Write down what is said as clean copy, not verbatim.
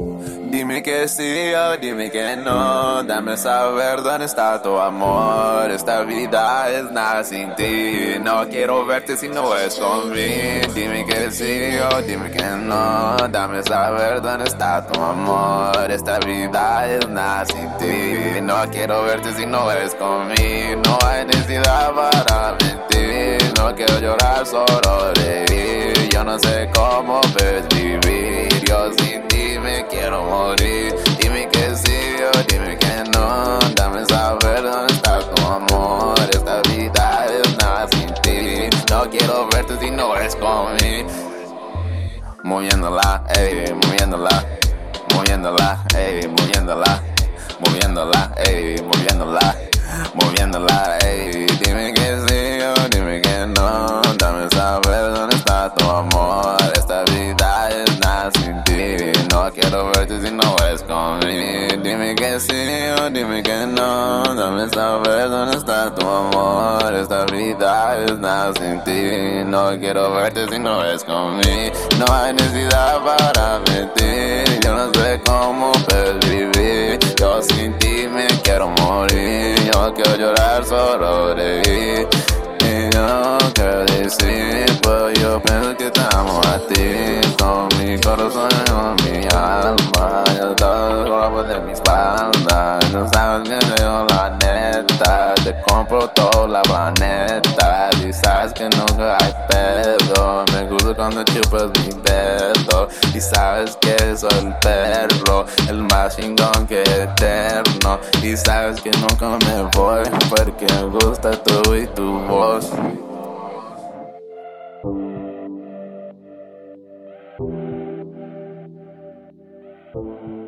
Dime que sí o dime que no, dame saber dónde está tu amor. Esta vida es nada sin ti, no quiero verte si no es conmigo. Dime que sí o dime que no, dame saber dónde está tu amor. Esta vida es nada sin ti, no quiero verte si no es conmigo. No hay necesidad para mentir, no quiero llorar, solo reír. Yo no sé cómo ves vivir, yo sin ti me quiero morir. Dime que sí o dime que no, dame saber dónde está tu amor. Esta vida es nada sin ti, no quiero verte si no es conmigo. Moviéndola, ey, moviéndola, moviéndola, ey, moviéndola, moviéndola, ey, moviéndola, moviéndola, ey. Dime que sí o dime que no, dame saber dónde está tu amor. Esta vida es nada sin ti, no quiero verte si no es conmigo. Dime que sí o dime que no, dame saber dónde está tu amor. Esta vida es nada sin ti, no quiero verte si no es conmigo. No hay necesidad para mentir, yo no sé cómo puedes vivir. Yo sin ti me quiero morir, yo quiero llorar, solo reír. Y yo no quiero decir, pues yo pienso que te amo a ti. Con mi corazón y con mi alma, yo todo el cuerpo de mi espalda. No sabes que soy la neta, te compro toda la planeta. Y sabes que nunca hay pedo, me gusta cuando chupas mi dedo. Y sabes que soy el perro, el más chingón que eterno. Y sabes que nunca me voy, porque me gusta tú y tu voz. Thank you.